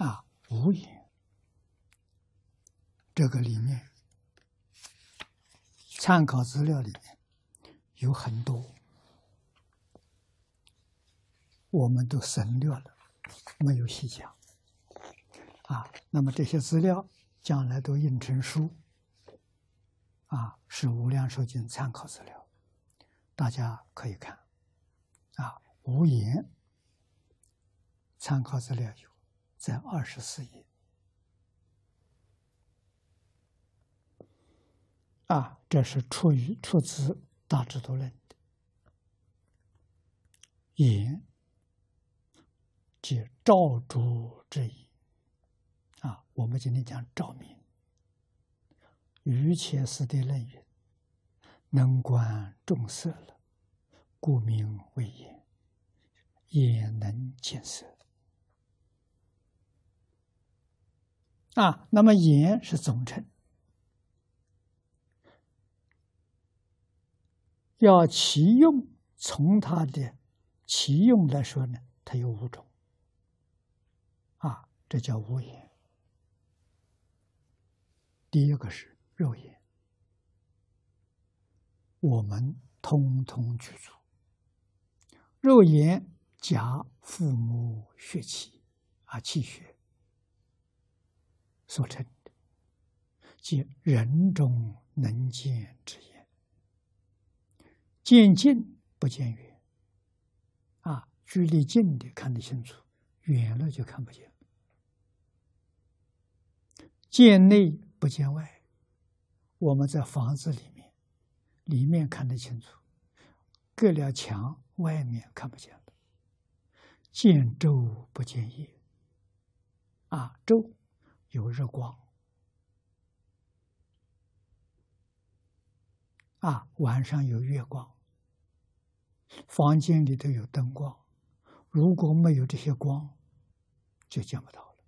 无言这个里面参考资料里面有很多，我们都省略了，没有细讲。那么这些资料将来都印成书，是《无量寿经》参考资料，大家可以看。无言参考资料有在24页。这是出自《大智度论》的。言即照诸之意。我们今天讲照明。于切斯地论云：能观众色了，故名为眼。眼能见色。那么眼是总称，要其用，从它的其用来说呢，它有5种。这叫无眼。第一个是肉眼，我们通通具足。肉眼假父母血气气血所成的，即人中能见之眼。见近不见远，距离近的看得清楚，远了就看不见。见内不见外，我们在房子里面看得清楚，隔了墙外面看不见了。见昼不见夜，昼有日光，晚上有月光，房间里头有灯光，如果没有这些光，就见不到了。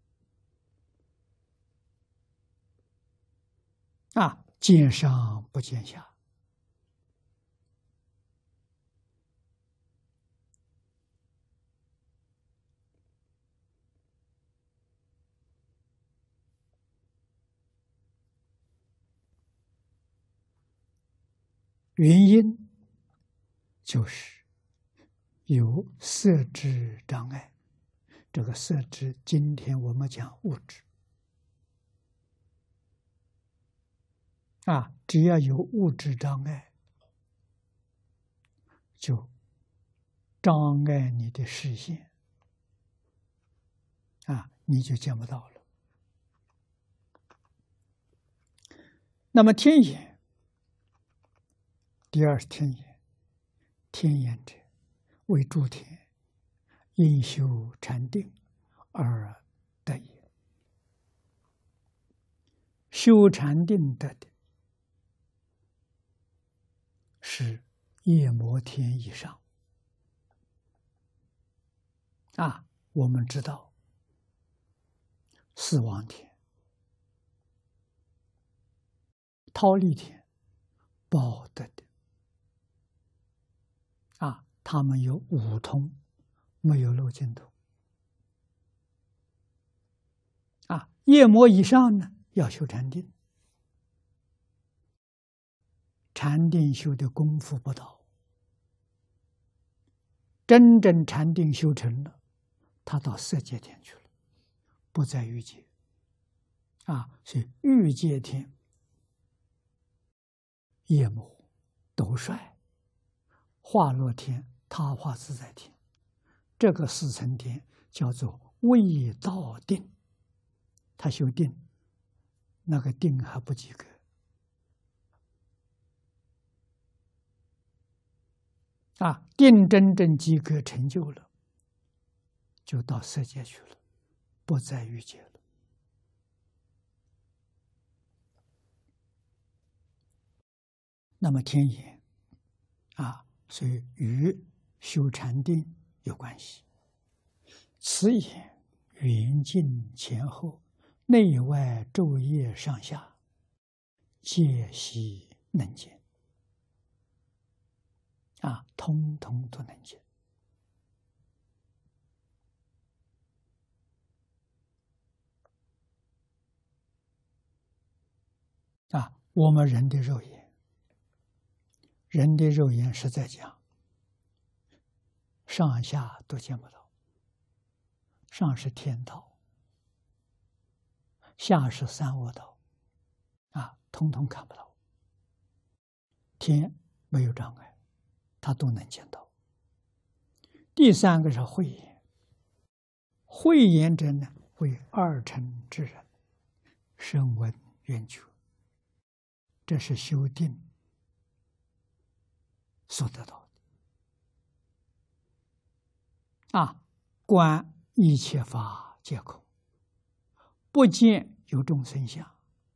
见上不见下，原因就是有色知障碍。这个色知，今天我们讲物质。只要有物质障碍，就障碍你的视线，你就见不到了。那么天眼，第二是天眼。天眼者，为诸天，因修禅定而得也。修禅定得的是夜摩天以上。我们知道四王天、忉利天、报得的，他们有5通，没有漏尽通。夜摩以上呢，要修禅定，禅定修的功夫不到，真正禅定修成了，他到色界天去了，不在欲界。所以欲界天、夜摩、斗率、化乐天、他化自在天，这个4层天叫做未到定。他修定，那个定还不及格。定真正及格成就了，就到色界去了，不在欲界了。那么天眼，所以与修禅定有关系。此眼远近前后，内外昼夜上下，皆悉能见。通通都能见。 我们人的肉眼，人的肉眼是在讲上下都见不到，上是天道，下是三恶道，通通看不到。天没有障碍，他都能见到。第三个是慧眼，慧眼者呢，为二乘之人，声闻缘觉，这是修定所得到的。观一切法皆空，不见有众生相，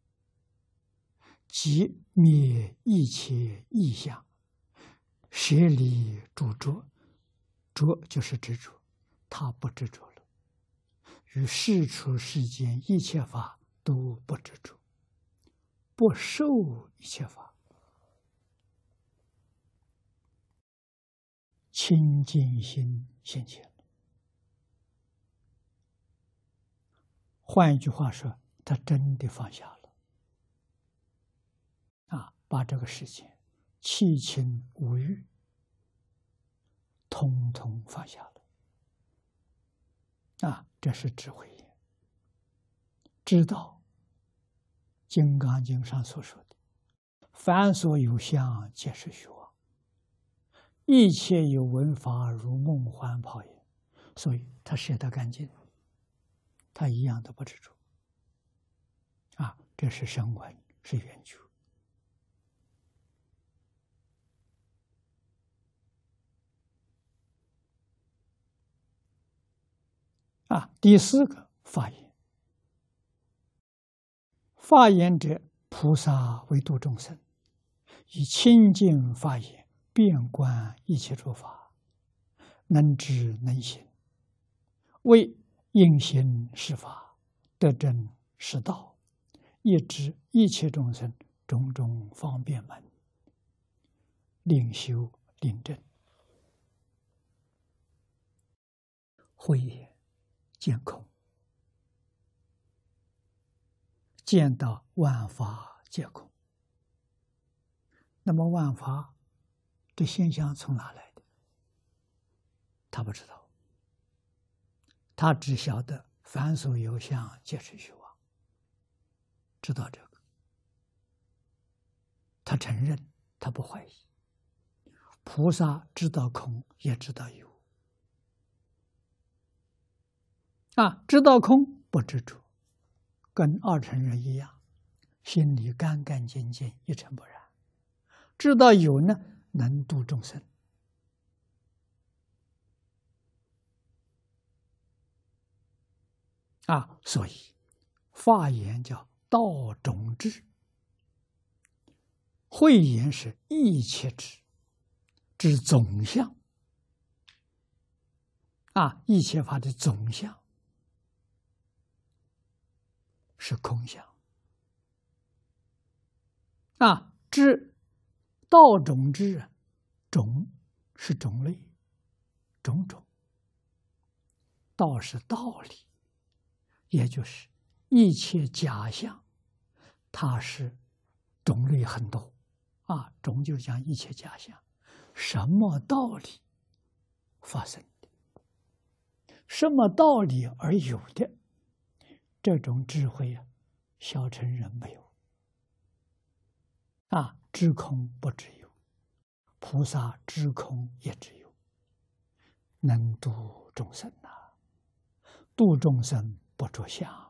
即灭一切异相，舍离诸着，着就是执着，他不执着了，与世出世间一切法都不执着，不受一切法，清净心现前了。换一句话说，他真的放下了，把这个世界七情五欲统统放下了，这是智慧眼，知道《金刚经》上所说的凡所有相，皆是虚妄，一切有为法，如梦幻泡影。所以他舍得干净，他一样都不执着。这是声闻，是缘觉。第四个法眼，法眼者，菩萨为度众生，以清净法眼遍观一切诸法，能知能行，为应行是法，得正是道，一知一切众生种种方便门，令修令正。慧眼见空，见到万法皆空。那么万法这现象从哪来的？他不知道，他只晓得凡所有相，皆是虚妄，知道这个，他承认，他不怀疑。菩萨知道空，也知道有。知道空不执着，跟二乘人一样，心里干干净净，一尘不染。知道有呢，能度众生。所以法眼叫道种智，慧眼是一切智，知总相。一切法的总相是空相。知道种智，种是种类，种种。道是道理，也就是一切假象，它是种类很多。种就讲一切假象，什么道理发生的，什么道理而有的，这种智慧小乘人没有。知空不知有，菩萨知空也知有，能度众生度众生不着相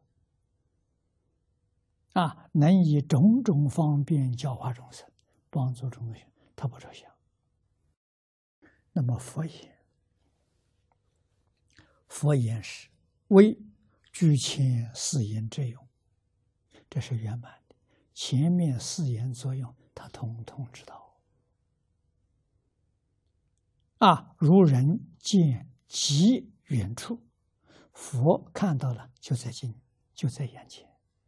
能以种种方便教化众生，帮助众生，他不着相。那么佛言，佛言是为具前四言之用，这是圆满的。前面四言作用，他统统知道。如人见极远处，佛看到了，就在就在眼前。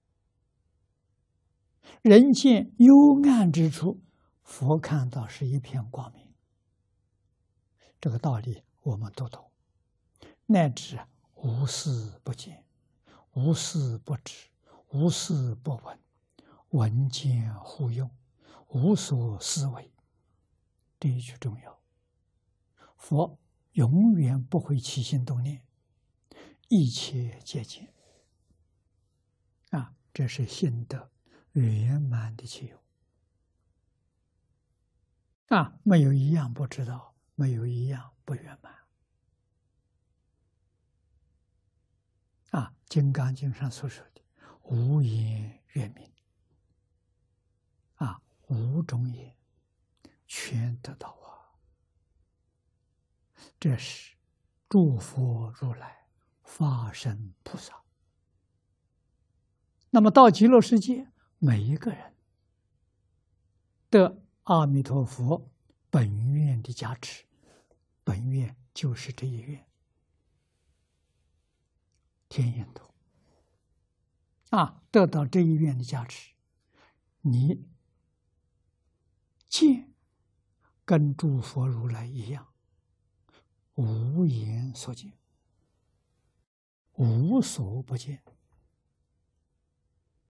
人见幽暗之处，佛看到是一片光明。这个道理我们都懂，乃至无事不见，无事不知，无事不闻， 闻见互用，无所思维。这一句重要。佛永远不会起心动念，一切皆见。这是心得圆满的起用。没有一样不知道，没有一样不圆满。金刚经上所说的无言圆明，五种言全得到这是诸佛如来法身菩萨。那么到极乐世界，每一个人得阿弥陀佛本愿的加持，本愿就是这一愿，天眼通得到这一愿的加持，你见跟诸佛如来一样，无言所见，无所不见。